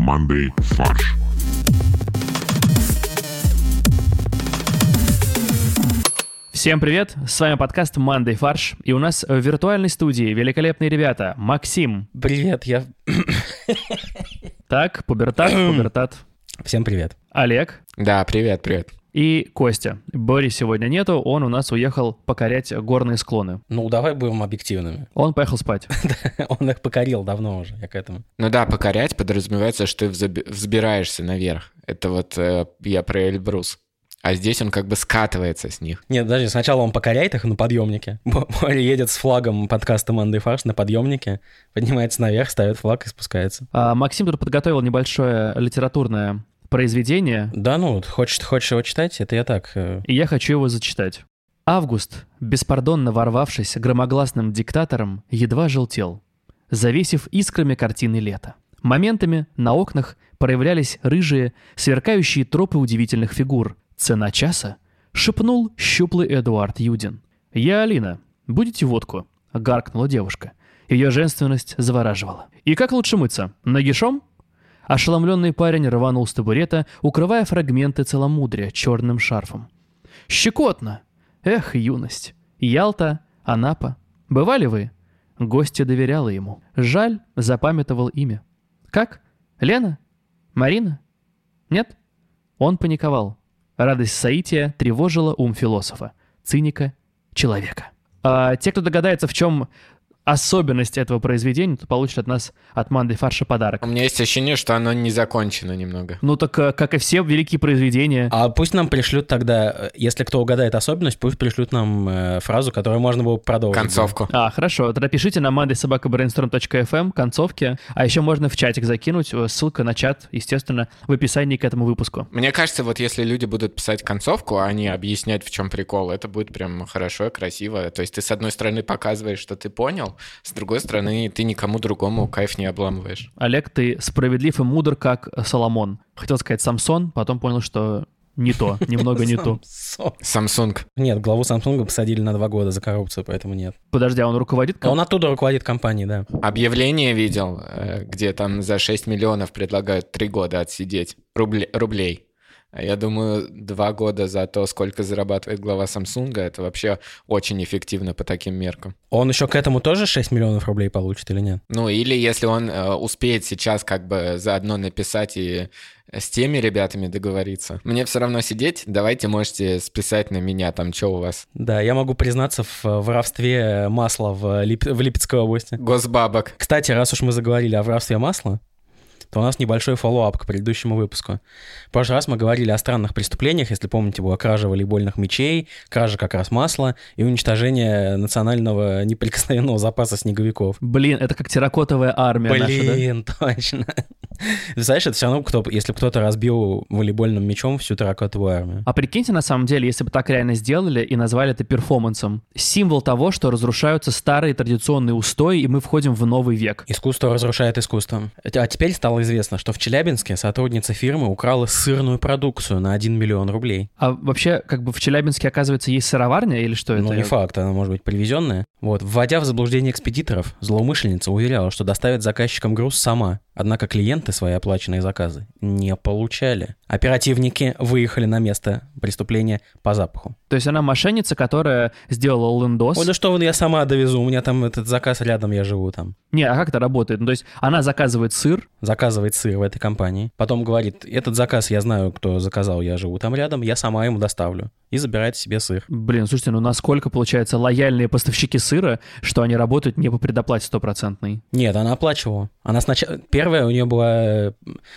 командой «Фарш». Всем привет, с вами подкаст «Мандай фарш», и у нас в виртуальной студии великолепные ребята. Максим. Привет, Так, пубертат. Всем привет. Олег. Да, привет. И Костя. Бори сегодня нету, он у нас уехал покорять горные склоны. Ну, давай будем объективными. Он поехал спать. Он их покорил давно уже, я к этому. Ну да, покорять подразумевается, что ты взбираешься наверх. Это вот я про Эльбрус. А здесь он как бы скатывается с них. Нет, даже сначала он покоряет их на подъемнике. Бори едет с флагом подкаста «Мандай фарш» на подъемнике, поднимается наверх, ставит флаг и спускается. Максим тут подготовил небольшое литературное произведение. Да ну, хочешь его читать? Это я так... И я хочу его зачитать. Август, беспардонно ворвавшись громогласным диктатором, едва желтел, завесив искрами картины лета. Моментами на окнах проявлялись рыжие, сверкающие тропы удивительных фигур. «Цена часа?» — шепнул щуплый Эдуард Юдин. «Я Алина. Будете водку?» — гаркнула девушка. Ее женственность завораживала. «И как лучше мыться? Нагишом?» Ошеломленный парень рванул с табурета, укрывая фрагменты целомудрия черным шарфом. «Щекотно! Эх, юность! Ялта, Анапа. Бывали вы?» Гостья доверяла ему. Жаль, запамятовал имя. «Как? Лена? Марина? Нет?» Он паниковал. Радость соития тревожила ум философа, циника, человека. А те, кто догадается, в чем особенность этого произведения, то получат от нас, от «Мандай фарша», подарок. У меня есть ощущение, что оно не закончено немного. Ну так, как и все великие произведения. А пусть нам пришлют тогда, если кто угадает особенность, пусть пришлют нам фразу, которую можно было продолжить. Концовку. Хорошо. Тогда пишите на mandaysobakabrainstorm.fm концовки, а еще можно в чатик закинуть, ссылка на чат, естественно, в описании к этому выпуску. Мне кажется, вот если люди будут писать концовку, а они объяснять, в чем прикол, это будет прям хорошо и красиво. То есть ты, с одной стороны, показываешь, что ты понял, с другой стороны, ты никому другому кайф не обламываешь. Олег, ты справедлив и мудр, как Соломон. Хотел сказать Самсон, потом понял, что не то, немного не то. Samsung. Нет, главу Samsung посадили на 2 года за коррупцию, поэтому нет. Подожди, а он руководит? Он оттуда руководит компанией, да. Объявление видел, где там за 6 миллионов предлагают 3 года отсидеть рублей. Я думаю, 2 года за то, сколько зарабатывает глава Samsung, это вообще очень эффективно по таким меркам. Он еще к этому тоже 6 миллионов рублей получит или нет? Ну, или если он успеет сейчас как бы заодно написать и с теми ребятами договориться. Мне все равно сидеть, давайте можете списать на меня, там, что у вас. Да, я могу признаться в воровстве масла в Липецкой области. Госбабок. Кстати, раз уж мы заговорили о воровстве масла, то у нас небольшой фоллоуап к предыдущему выпуску. В прошлый раз мы говорили о странных преступлениях, если помните, была кража волейбольных мячей, кража как раз масла и уничтожение национального неприкосновенного запаса снеговиков. Блин, это как терракотовая армия наша, да? Точно. Ты знаешь, это все равно, если бы кто-то разбил волейбольным мячом всю терракотовую армию. А прикиньте, на самом деле, если бы так реально сделали и назвали это перформансом. Символ того, что разрушаются старые традиционные устои, и мы входим в новый век. Искусство разрушает искусство. А теперь стало известно, что в Челябинске сотрудница фирмы украла сырную продукцию на 1 миллион рублей. А вообще, как бы в Челябинске, оказывается, есть сыроварня или что это? Ну, не факт, она может быть привезенная. Вот, вводя в заблуждение экспедиторов, злоумышленница уверяла, что доставит заказчикам груз сама. Однако клиенты свои оплаченные заказы не получали. Оперативники выехали на место преступления по запаху. То есть она мошенница, которая сделала лендос. Ой, да что, я сама довезу, у меня там этот заказ рядом, я живу там. Не, а как это работает? Ну, то есть она заказывает сыр. Заказывает сыр в этой компании. Потом говорит, этот заказ я знаю, кто заказал, я живу там рядом, я сама ему доставлю. И забирает себе сыр. Блин, слушайте, ну насколько, получается, лояльные поставщики сыра, что они работают не по предоплате стопроцентной? Нет, она оплачивала. Она сначала... Первая у нее была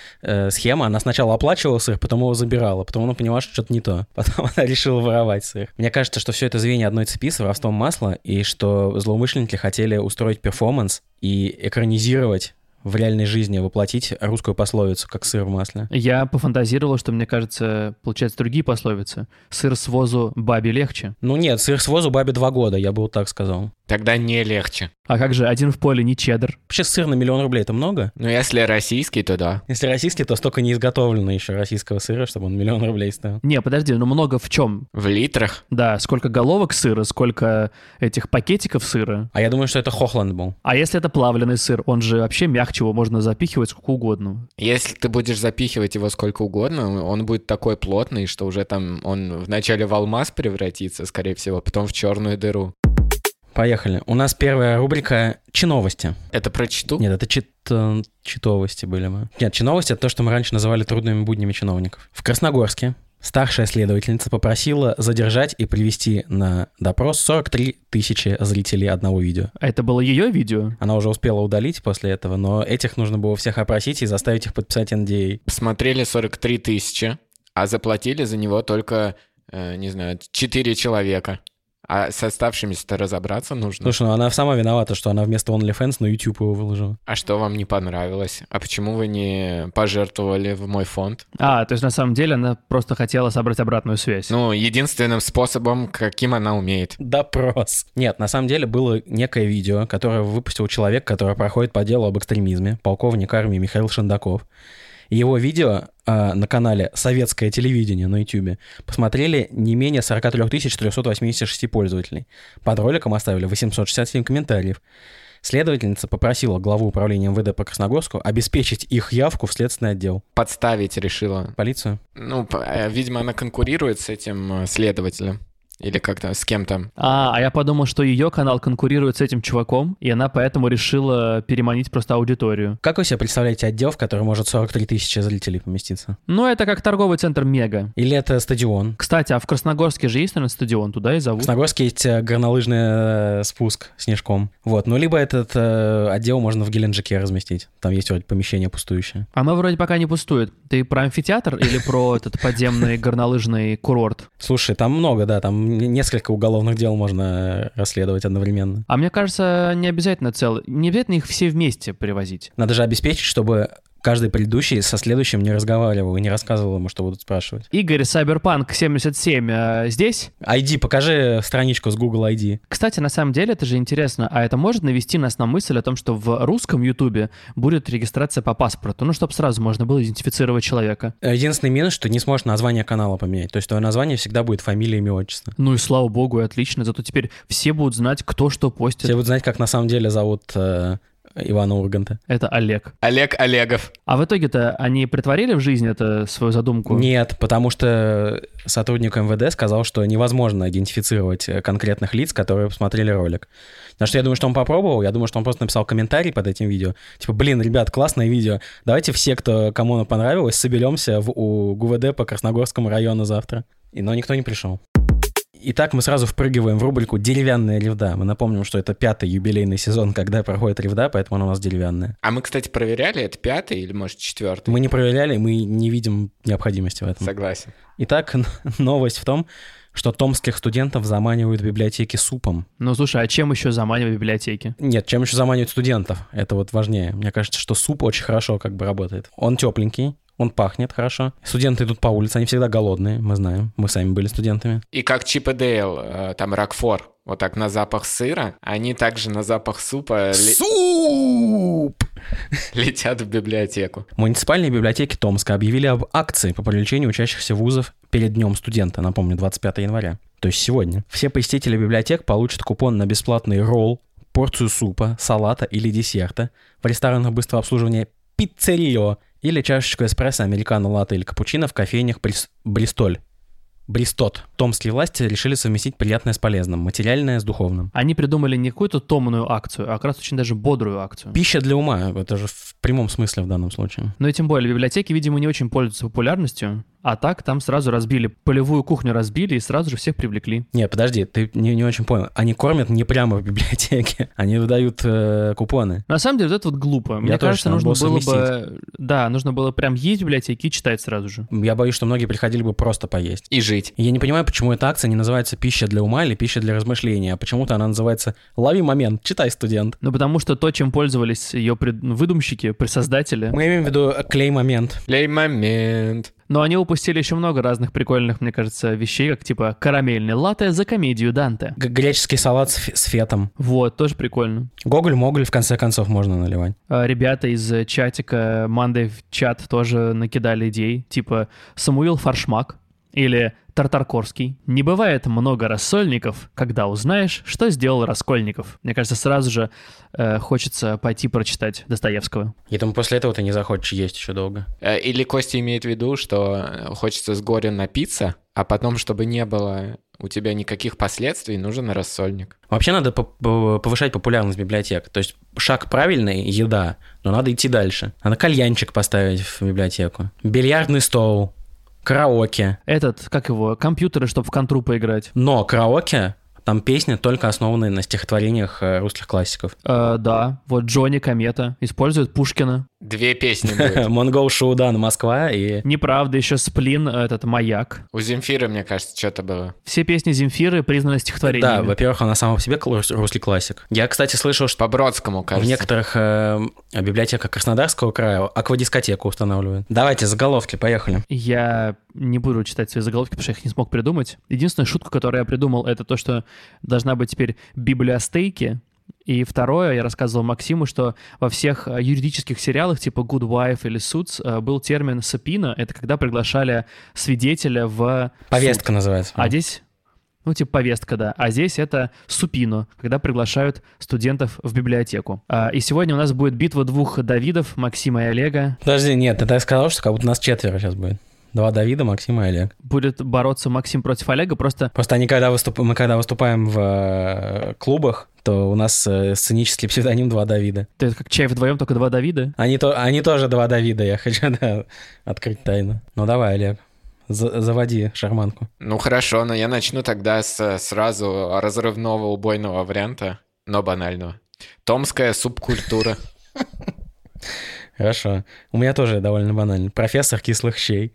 схема, она сначала оплачивала сыр, потом его забирала, потом она поняла, что что-то не то. Потом она решила воровать сыр. Мне кажется, что все это звенья одной цепи с воровством масла, и что злоумышленники хотели устроить перформанс и экранизировать в реальной жизни, воплотить русскую пословицу, как сыр в масле. Я пофантазировал, что, мне кажется, получается другие пословицы. Сыр с возу бабе легче. Ну нет, сыр с возу бабе 2 года, я бы вот так сказал. Тогда не легче. А как же один в поле не чеддер? Вообще сыр на 1 000 000 рублей — это много? Но если российский, то да. Если российский, то столько не изготовлено еще российского сыра, чтобы он 1 000 000 рублей стоил. Не, подожди, ну много в чем? В литрах. Да, сколько головок сыра, сколько этих пакетиков сыра. А я думаю, что это Хохланд был. А если это плавленый сыр, он же вообще мягче, его можно запихивать сколько угодно. Если ты будешь запихивать его сколько угодно, он будет такой плотный, что уже там он вначале в алмаз превратится, скорее всего, потом в черную дыру. Поехали. У нас первая рубрика «Чиновости». Это про читу? Нет, это читовости были мы. Нет, чиновости — это то, что мы раньше называли трудными буднями чиновников. В Красногорске старшая следовательница попросила задержать и привести на допрос 43 тысячи зрителей одного видео. А это было ее видео? Она уже успела удалить после этого, но этих нужно было всех опросить и заставить их подписать NDA. Посмотрели 43 тысячи, а заплатили за него только, не знаю, 4 человека. А с оставшимися-то разобраться нужно. Слушай, ну она сама виновата, что она вместо OnlyFans на YouTube его выложила. А что вам не понравилось? А почему вы не пожертвовали в мой фонд? То есть на самом деле она просто хотела собрать обратную связь. Ну, единственным способом, каким она умеет. Допрос. Нет, на самом деле было некое видео, которое выпустил человек, который проходит по делу об экстремизме, полковник армии Михаил Шендаков. Его видео на канале «Советское телевидение» на YouTube посмотрели не менее 43 386 пользователей. Под роликом оставили 867 комментариев. Следовательница попросила главу управления МВД по Красногорску обеспечить их явку в следственный отдел. Подставить решила. Полицию? Ну, видимо, она конкурирует с этим следователем. Или как-то с кем-то. А я подумал, что ее канал конкурирует с этим чуваком, и она поэтому решила переманить просто аудиторию. Как вы себе представляете отдел, в который может 43 тысячи зрителей поместиться? Ну, это как торговый центр Мега. Или это стадион? Кстати, а в Красногорске же есть, наверное, стадион, туда и зовут. В Красногорске есть горнолыжный спуск снежком. Вот, ну либо этот отдел можно в Геленджике разместить. Там есть вроде помещение пустующее. Оно вроде пока не пустует. Ты про амфитеатр или про этот подземный горнолыжный курорт? Слушай, там много, да, там несколько уголовных дел можно расследовать одновременно. А мне кажется, не обязательно их все вместе привозить. Надо же обеспечить, чтобы каждый предыдущий со следующим не разговаривал и не рассказывал ему, что будут спрашивать. Игорь, Cyberpunk 77 здесь? ID, покажи страничку с Google ID. Кстати, на самом деле, это же интересно, а это может навести нас на мысль о том, что в русском Ютубе будет регистрация по паспорту, ну, чтобы сразу можно было идентифицировать человека. Единственный минус, что не сможешь название канала поменять. То есть твое название всегда будет фамилия, имя, отчество. Ну и слава богу, и отлично, зато теперь все будут знать, кто что постит. Все будут знать, как на самом деле зовут Ивана Урганта. Это Олег. Олег Олегов. А в итоге-то они притворили в жизнь это свою задумку? Нет, потому что сотрудник МВД сказал, что невозможно идентифицировать конкретных лиц, которые посмотрели ролик. На что я думаю, что он попробовал, я думаю, что он просто написал комментарий под этим видео. Типа, блин, ребят, классное видео, давайте все, кому оно понравилось, соберемся у ГУВД по Красногорскому району завтра. Но никто не пришел. Итак, мы сразу впрыгиваем в рубрику «Деревянная ревда». Мы напомним, что это 5-й юбилейный сезон, когда проходит ревда, поэтому она у нас деревянная. А мы, кстати, проверяли, это 5-й или, может, 4-й? Мы не проверяли, мы не видим необходимости в этом. Согласен. Итак, новость в том, что томских студентов заманивают в библиотеки супом. Ну, слушай, а чем еще заманивают библиотеки? Нет, чем еще заманивают студентов? Это вот важнее. Мне кажется, что суп очень хорошо работает. Он тепленький. Он пахнет хорошо. Студенты идут по улице, они всегда голодные, мы знаем. Мы сами были студентами. И как Чип и Дейл, там Рокфор, вот так на запах сыра, они также на запах супа Суп! летят в библиотеку. Муниципальные библиотеки Томска объявили об акции по привлечению учащихся вузов перед Днем студента, напомню, 25 января, то есть сегодня. Все посетители библиотек получат купон на бесплатный ролл, порцию супа, салата или десерта в ресторанах быстрого обслуживания «Пиццерио» или чашечку эспрессо, американо, латте или капучино в кофейнях Бристот. Томские власти решили совместить приятное с полезным, материальное с духовным. Они придумали не какую-то томную акцию, а как раз очень даже бодрую акцию. Пища для ума, это же в прямом смысле в данном случае. Ну и тем более, библиотеки, видимо, не очень пользуются популярностью, а так там сразу разбили, полевую кухню разбили и сразу же всех привлекли. Нет, подожди, ты не очень понял. Они кормят не прямо в библиотеке, они выдают купоны. На самом деле, вот это вот глупо. Мне кажется, нужно было бы... Да, нужно было прям есть в библиотеке и читать сразу же. Я боюсь, что многие приходили бы просто поесть. И жить. Я не понимаю, почему эта акция не называется «Пища для ума» или «Пища для размышления», а почему-то она называется «Лови момент, читай, студент». Ну, потому что то, чем пользовались ее выдумщики, присоздатели... Мы имеем в виду «Клей момент». Клей момент. Но они упустили еще много разных прикольных, мне кажется, вещей, как типа карамельный латте за комедию Данте. Греческий салат с фетом. Вот, тоже прикольно. Гоголь-моголь, в конце концов, можно наливать. Ребята из чатика Monday в чат тоже накидали идей, типа Самуил Фаршмак или Тартаркорский. Не бывает много рассольников, когда узнаешь, что сделал Раскольников. Мне кажется, сразу же хочется пойти прочитать Достоевского. Я думаю, после этого ты не захочешь есть еще долго. Или Костя имеет в виду, что хочется с горя напиться, а потом, чтобы не было у тебя никаких последствий, нужен рассольник. Вообще надо повышать популярность библиотек. То есть шаг правильный — еда, но надо идти дальше. Надо кальянчик поставить в библиотеку. Бильярдный стол. Караоке. Как его, компьютеры, чтобы в контру поиграть. Но караоке, там песни только основанные на стихотворениях русских классиков. Да, вот Джонни Комета использует Пушкина. 2 песни будет. Монгол Шуудан, Москва и... Неправда, еще Сплин, Маяк. У Земфиры, мне кажется, что-то было. Все песни Земфиры признаны стихотворениями. Да, во-первых, она сама по себе русский классик. Я, кстати, слышал, что по Бродскому, кажется. в некоторых библиотеках Краснодарского края аквадискотеку устанавливают. Давайте, заголовки, поехали. Я не буду читать свои заголовки, потому что я их не смог придумать. Единственная шутка, которую я придумал, это то, что должна быть теперь библиостейки. И второе, я рассказывал Максиму, что во всех юридических сериалах типа Good Wife или Suits был термин «сапина». Это когда приглашали свидетеля в Повестка суд. называется. А здесь... повестка, да. А здесь это супино, когда приглашают студентов в библиотеку. И сегодня у нас будет битва 2 Давидов, Максима и Олега. Подожди, нет, ты так сказал, что как будто нас 4 сейчас будет. 2 Давида, Максима и Олег. Будет бороться Максим против Олега, просто они, мы когда выступаем в клубах, то у нас сценический псевдоним 2 Давида. Это как чай вдвоем, только 2 Давида? Они тоже 2 Давида, я хочу открыть тайну. Ну давай, Олег. Заводи шарманку. Ну хорошо, но я начну тогда с сразу разрывного убойного варианта, но банального. Томская субкультура. Хорошо. У меня тоже довольно банально. Профессор кислых щей.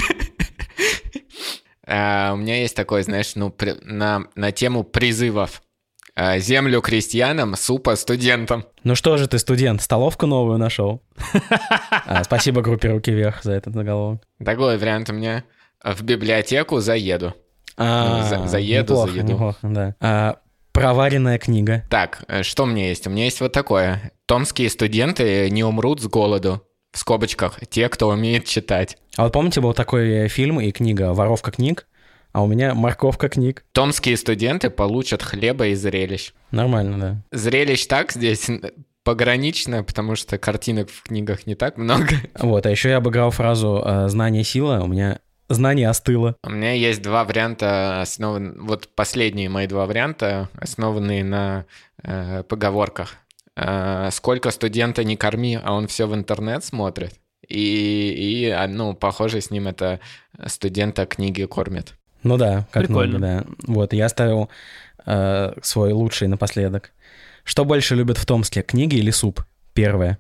У меня есть такой, знаешь, на тему призывов. Землю крестьянам, супа студентам. Ну что же ты, студент, столовку новую нашел? Спасибо группе «Руки вверх» за этот заголовок. Такой вариант у меня. В библиотеку заеду. Заеду. Неплохо, да. Проваренная книга. Так, что у меня есть? У меня есть вот такое. Томские студенты не умрут с голоду. В скобочках. Те, кто умеет читать. А вот помните, был такой фильм и книга «Воровка книг», а у меня «Морковка книг». Томские студенты получат хлеба и зрелищ. Нормально, да. Зрелищ так здесь погранично, потому что картинок в книгах не так много. Вот, а еще я обыграл фразу «знание — сила», у меня знание остыло. У меня есть 2 варианта, вот последние мои 2 варианта, основанные на поговорках. Сколько студента не корми, а он все в интернет смотрит. И похоже, с ним это студента книги кормит. Ну да, как прикольно. много, да. Вот, я оставил свой лучший напоследок. Что больше любят в Томске, книги или суп? Первое.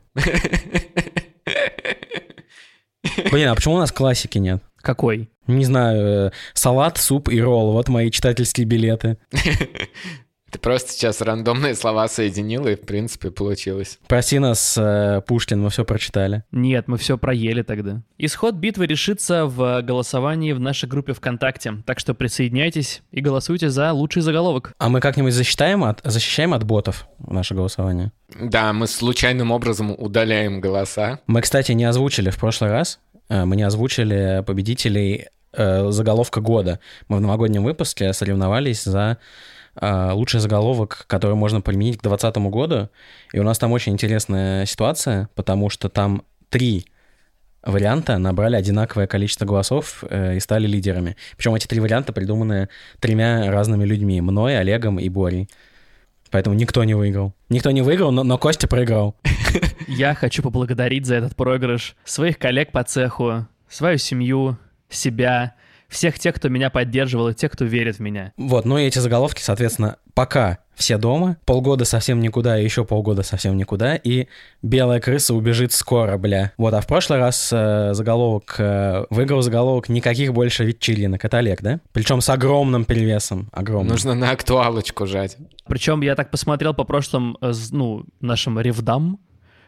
Блин, а почему у нас классики нет? Какой? Не знаю, салат, суп и ролл. Вот мои читательские билеты. Ты просто сейчас рандомные слова соединил, и, в принципе, получилось. Прости нас, Пушкин, мы все прочитали. Нет, мы все проели тогда. Исход битвы решится в голосовании в нашей группе ВКонтакте, так что присоединяйтесь и голосуйте за лучший заголовок. А мы как-нибудь защищаем от ботов наше голосование? Да, мы случайным образом удаляем голоса. Мы, кстати, не озвучили в прошлый раз, мы не озвучили победителей заголовка года. Мы в новогоднем выпуске соревновались за лучший заголовок, который можно применить к 2020 году. И у нас там очень интересная ситуация, потому что там 3 варианта набрали одинаковое количество голосов и стали лидерами. Причем эти 3 варианта придуманы 3 разными людьми. Мной, Олегом и Борей. Поэтому никто не выиграл. Никто не выиграл, но Костя проиграл. Я хочу поблагодарить за этот проигрыш своих коллег по цеху, свою семью, себя, всех тех, кто меня поддерживал, и тех, кто верит в меня. Вот, ну и эти заголовки, соответственно, пока все дома, полгода совсем никуда, и еще полгода совсем никуда, и белая крыса убежит скоро, бля. Вот, а в прошлый раз выиграл заголовок «Никаких больше вечеринок». Это Олег, да? Причем с огромным перевесом, огромным. Нужно на актуалочку жать. Причем я так посмотрел по прошлым, нашим ревдам,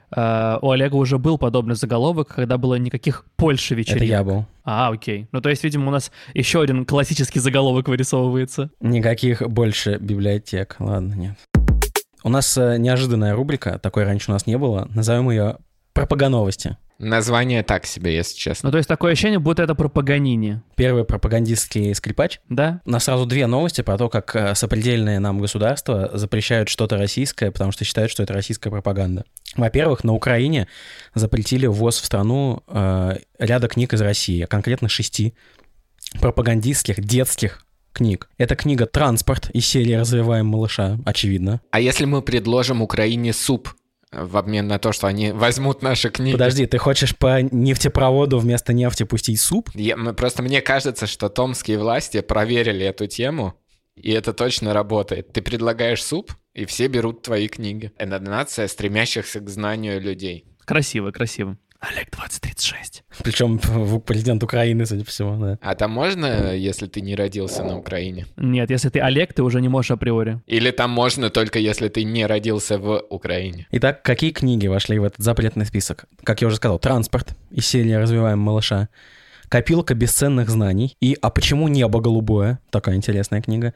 у Олега уже был подобный заголовок, когда было никаких Польши вечеринок. Это я был. Окей. Ну, то есть, видимо, у нас еще один классический заголовок вырисовывается. Никаких больше библиотек. Ладно, нет. У нас неожиданная рубрика, такой раньше у нас не было. Назовем ее «Пропагановости». Название так себе, если честно. Ну, то есть такое ощущение, будто это про Паганини. Первый пропагандистский скрипач. Да? У нас сразу две новости про то, как сопредельные нам государства запрещают что-то российское, потому что считают, что это российская пропаганда. Во-первых, на Украине запретили ввоз в страну ряда книг из России, а конкретно 6 пропагандистских детских книг. Это книга «Транспорт» из серии «Развиваем малыша», очевидно. А если мы предложим Украине суп в обмен на то, что они возьмут наши книги? Подожди, ты хочешь по нефтепроводу вместо нефти пустить суп? Просто мне кажется, что томские власти проверили эту тему, и это точно работает. Ты предлагаешь суп, и все берут твои книги. Это нация стремящихся к знанию людей. Красиво, красиво. Олег 2036. Причем президент Украины, судя по всему, да. А там можно, если ты не родился на Украине? Нет, если ты Олег, ты уже не можешь априори. Или там можно только если ты не родился в Украине? Итак, какие книги вошли в этот запретный список? Как я уже сказал, «Транспорт» из серии «Развиваем малыша», «Копилка бесценных знаний» и «А почему небо голубое?» Такая интересная книга.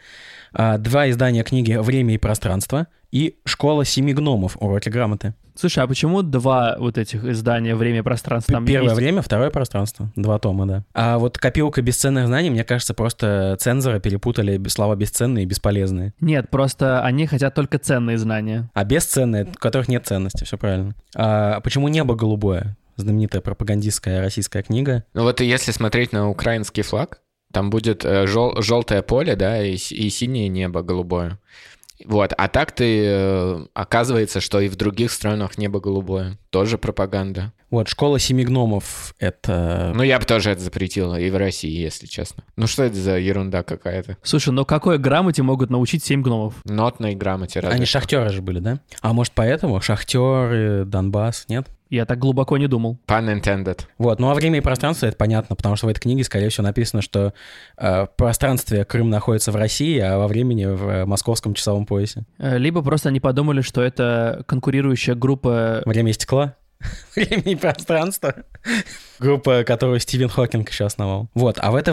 2 издания книги «Время и пространство» и «Школа 7 гномов. Уроки грамоты». Слушай, а почему 2 вот этих издания «Время и пространство»? Там Первое есть... время, второе пространство. 2 тома, да. А вот «Копилка бесценных знаний», мне кажется, просто цензоры перепутали слова «бесценные» и «бесполезные». Нет, просто они хотят только ценные знания. А бесценные, у которых нет ценности, все правильно. А почему «Небо голубое»? Знаменитая пропагандистская российская книга. Ну вот и если смотреть на украинский флаг, там будет желтое поле, да, и синее небо голубое. Вот, а так оказывается, что и в других странах небо голубое. Тоже пропаганда. Вот, «Школа 7 гномов» — это... Ну, я бы тоже это запретил, и в России, если честно. Ну, что это за ерунда какая-то? Слушай, ну какой грамоте могут научить 7 гномов? Нотной грамоте разве Они что. шахтеры же были, да? А может, поэтому? Шахтеры, Донбасс, нет? Я так глубоко не думал. Pun intended. Вот, ну а «Время и пространство» — это понятно, потому что в этой книге, скорее всего, написано, что в пространстве Крым находится в России, а во времени в московском часовом поясе. Либо просто они подумали, что это конкурирующая группа... «Время и стекла». «Время и пространство». Группа, которую Стивен Хокинг еще основал. Вот, а в это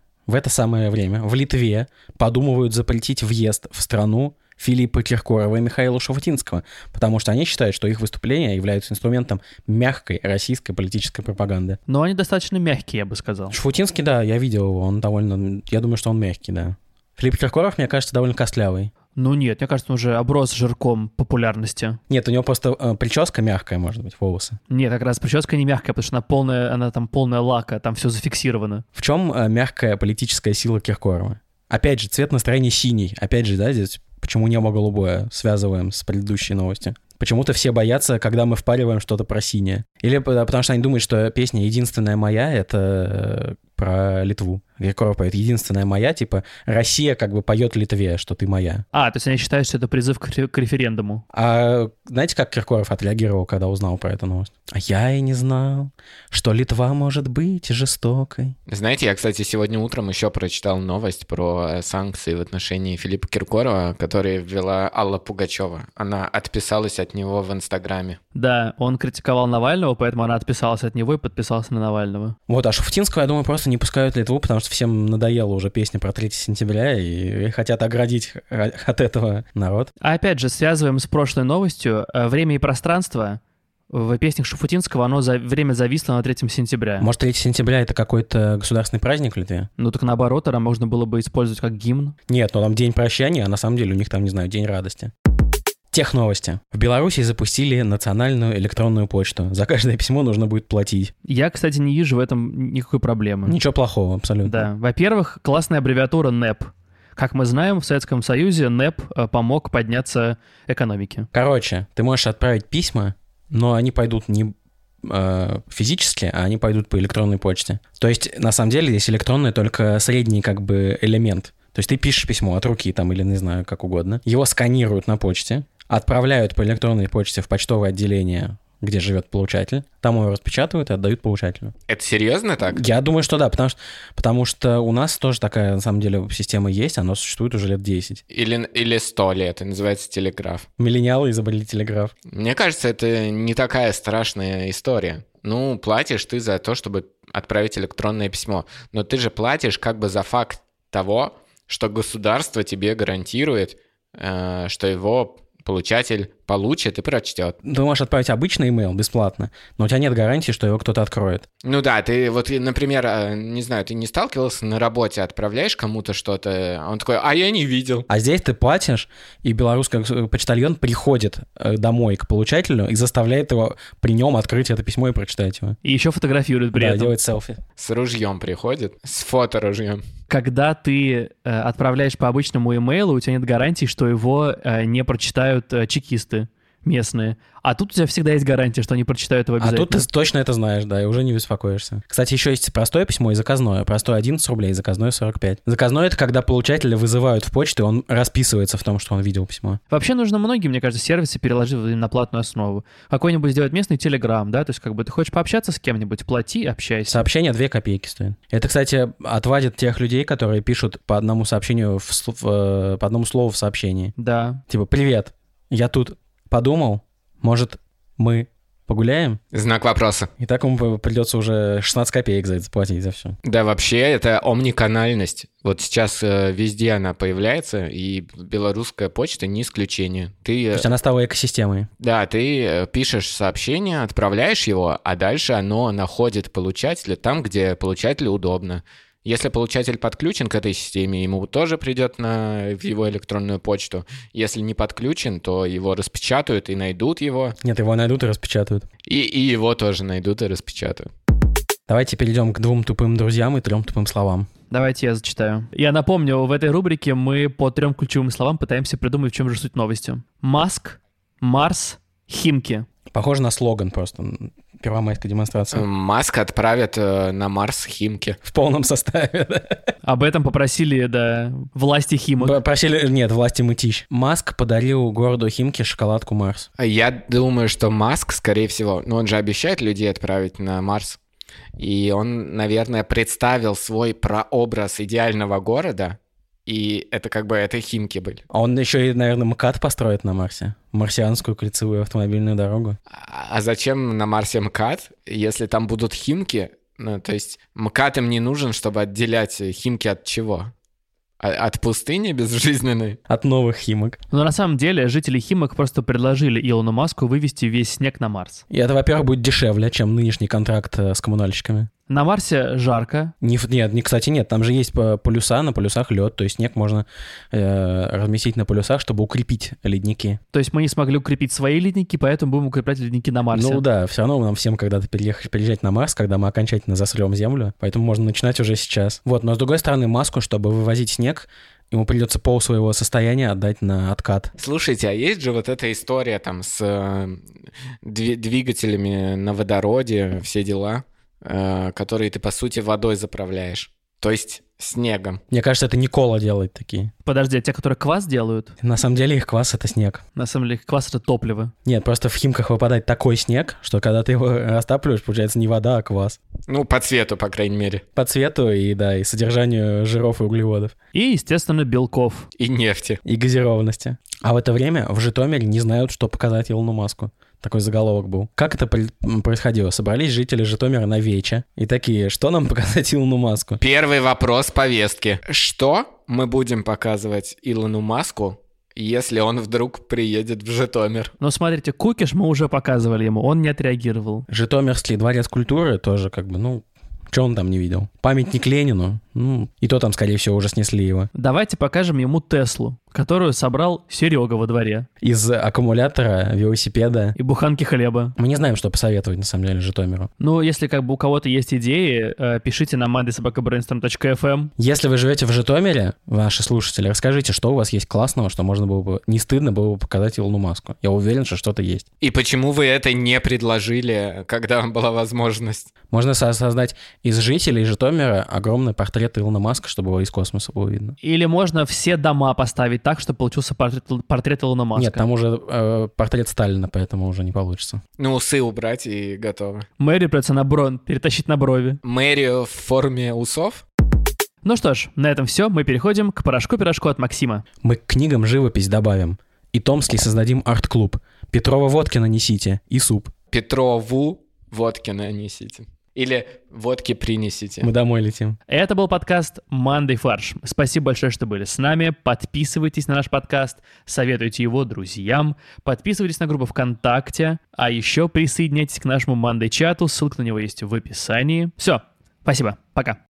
самое время в Литве подумывают запретить въезд в страну Филиппа Киркорова и Михаила Шафутинского, потому что они считают, что их выступления являются инструментом мягкой российской политической пропаганды. Но они достаточно мягкие, я бы сказал. Шафутинский, да, я видел его, он довольно... Я думаю, что он мягкий, да. Филипп Киркоров, мне кажется, довольно костлявый. Ну нет, мне кажется, он уже оброс жирком популярности. Нет, у него просто прическа мягкая, может быть, волосы. Нет, как раз прическа не мягкая, потому что она там полная лака, там все зафиксировано. В чем мягкая политическая сила Киркорова? Опять же, цвет настроения синий. Опять же, да, здесь почему небо голубое связываем с предыдущей новостью. Почему-то все боятся, когда мы впариваем что-то про синее. Или потому что они думают, что песня «Единственная моя» — это про Литву. Киркоров поет «Единственная моя», типа Россия как бы поет Литве, что ты моя. То есть они считают, что это призыв к референдуму. А знаете, как Киркоров отреагировал, когда узнал про эту новость? А я и не знал, что Литва может быть жестокой. Знаете, я, кстати, сегодня утром еще прочитал новость про санкции в отношении Филиппа Киркорова, которые ввела Алла Пугачева. Она отписалась от него в Инстаграме. Да, он критиковал Навального, поэтому она отписалась от него и подписалась на Навального. Вот, а Шафутинского, я думаю, просто не пускают Литву, потому что всем надоела уже песня про 3 сентября и хотят оградить от этого народ. А опять же, связываем с прошлой новостью. «Время и пространство» в песнях Шафутинского, оно время зависло на 3 сентября. Может, 3 сентября — это какой-то государственный праздник в Литве? Ну так наоборот, тогда можно было бы использовать как гимн. Нет, ну там день прощания, а на самом деле у них там, не знаю, день радости. Техновости. В Беларуси запустили национальную электронную почту. За каждое письмо нужно будет платить. Я, кстати, не вижу в этом никакой проблемы. Ничего плохого, абсолютно. Да. Во-первых, классная аббревиатура НЭП. Как мы знаем, в Советском Союзе НЭП помог подняться экономике. Короче, ты можешь отправить письма, но они пойдут не физически, а они пойдут по электронной почте. То есть, на самом деле, здесь электронный только средний как бы элемент. То есть ты пишешь письмо от руки там или, не знаю, как угодно. Его сканируют на почте, отправляют по электронной почте в почтовое отделение где живет получатель, там его распечатывают и отдают получателю. Это серьезно так? Я думаю, что да, потому что у нас тоже такая, на самом деле, система есть, она существует уже лет 10. Или 100 лет, это называется телеграф. Миллениалы изобрели телеграф. Мне кажется, это не такая страшная история. Ну, платишь ты за то, чтобы отправить электронное письмо, но ты же платишь как бы за факт того, что государство тебе гарантирует, что его получатель получит и прочтет. Ты можешь отправить обычный имейл бесплатно, но у тебя нет гарантии, что его кто-то откроет. Ну да, ты вот, например, не знаю, ты не сталкивался на работе, отправляешь кому-то что-то, а он такой, а я не видел. А здесь ты платишь, и белорусский почтальон приходит домой к получателю и заставляет его при нем открыть это письмо и прочитать его. И еще фотографирует при этом. Да, делает селфи. С ружьем приходит, с фоторужьем. Когда ты отправляешь по обычному имейлу, у тебя нет гарантии, что его не прочитают чекисты местные. А тут у тебя всегда есть гарантия, что они прочитают его обязательно. А тут ты точно это знаешь, да, и уже не беспокоишься. Кстати, еще есть простое письмо и заказное. Простое 11 рублей, заказное 45. Заказное — это когда получателя вызывают в почту, и он расписывается в том, что он видел письмо. Вообще нужно многие, мне кажется, сервисы переложить на платную основу. Какой-нибудь сделать местный Telegram, да, то есть как бы ты хочешь пообщаться с кем-нибудь, плати, общайся. Сообщение 2 копейки стоит. Это, кстати, отвадит тех людей, которые пишут по одному сообщению, по одному слову в сообщении. Да. Типа, привет, я тут подумал, может, мы погуляем? Знак вопроса. И так ему придется уже 16 копеек за это заплатить, за все. Да, вообще, это омниканальность. Вот сейчас везде она появляется, и белорусская почта не исключение. То есть она стала экосистемой. Да, ты пишешь сообщение, отправляешь его, а дальше оно находит получателя там, где получателю удобно. Если получатель подключен к этой системе, ему тоже придет в его электронную почту. Если не подключен, то его распечатают и найдут его. Нет, его найдут и распечатают. И его тоже найдут и распечатают. Давайте перейдем к 2 тупым друзьям и 3 тупым словам. Давайте я зачитаю. Я напомню, в этой рубрике мы по 3 ключевым словам пытаемся придумать, в чем же суть новости. Маск, Марс, Химки. Похоже на слоган просто. Первомайская демонстрация. Маск отправят на Марс Химки. В полном составе, да. Об этом попросили, да, власти Химок. Нет, власти Мытищ. Маск подарил городу Химки шоколадку Марс. Я думаю, что Маск, скорее всего, он же обещает людей отправить на Марс. И он, наверное, представил свой прообраз идеального города. И это как бы это Химки были. А он еще и, наверное, МКАД построит на Марсе. Марсианскую кольцевую автомобильную дорогу. А зачем на Марсе МКАД, если там будут Химки? Ну, то есть МКАД им не нужен, чтобы отделять Химки от чего? От пустыни безжизненной? От новых Химок. Но на самом деле жители Химок просто предложили Илону Маску вывести весь снег на Марс. И это, во-первых, будет дешевле, чем нынешний контракт с коммунальщиками. На Марсе жарко. Кстати, нет, там же есть полюса, на полюсах лед, то есть снег можно разместить на полюсах, чтобы укрепить ледники. То есть мы не смогли укрепить свои ледники, поэтому будем укреплять ледники на Марсе. Ну да, все равно нам всем когда-то переезжать на Марс, когда мы окончательно засрем Землю, поэтому можно начинать уже сейчас. Вот, но с другой стороны, Маску, чтобы вывозить снег, ему придется пол своего состояния отдать на откат. Слушайте, а есть же вот эта история там с двигателями на водороде, все дела, которые ты, по сути, водой заправляешь. То есть снегом. Мне кажется, это Никола делает такие. Подожди, а те, которые квас делают? На самом деле их квас — это снег. На самом деле квас — это топливо. Нет, просто в Химках выпадает такой снег, что когда ты его растапливаешь, получается не вода, а квас. Ну, по цвету, по крайней мере. По цвету и, да, и содержанию жиров и углеводов. И, естественно, белков. И нефти. И газированности. А в это время в Житомире не знают, что показать Илону Маску. Такой заголовок был. Как это происходило? Собрались жители Житомира на вече и такие, что нам показать Илону Маску? Первый вопрос повестки. Что мы будем показывать Илону Маску, если он вдруг приедет в Житомир? Но смотрите, кукиш мы уже показывали ему, он не отреагировал. Житомирский дворец культуры тоже как бы, что он там не видел? Памятник Ленину? И то там, скорее всего, уже снесли его. Давайте покажем ему Теслу, которую собрал Серега во дворе. Из аккумулятора, велосипеда. И буханки хлеба. Мы не знаем, что посоветовать, на самом деле, Житомиру. Ну, если как бы у кого-то есть идеи, пишите на mandysobakabrainstorm.fm. Если вы живете в Житомире, ваши слушатели, расскажите, что у вас есть классного, что можно было бы, не стыдно было бы показать Илону Маску. Я уверен, что что-то есть. И почему вы это не предложили, когда была возможность? Можно создать из жителей Житомира огромный портрет Илона Маска, чтобы его из космоса было видно. Или можно все дома поставить так, что получился портрет Илона Маска. Нет, там уже портрет Сталина, поэтому уже не получится. Ну, усы убрать и готово. Мэрию придется перетащить на брови. Мэрию в форме усов? Ну что ж, на этом все. Мы переходим к порошку-пирожку от Максима. Мы к книгам живопись добавим. И Томский создадим арт-клуб. Петрова водки нанесите и суп. Петрову водки нанесите. Или водки принесите. Мы домой летим. Это был подкаст «Мандай фарш». Спасибо большое, что были с нами. Подписывайтесь на наш подкаст, советуйте его друзьям, подписывайтесь на группу ВКонтакте, а еще присоединяйтесь к нашему Мандай чату, ссылка на него есть в описании. Все, спасибо, пока.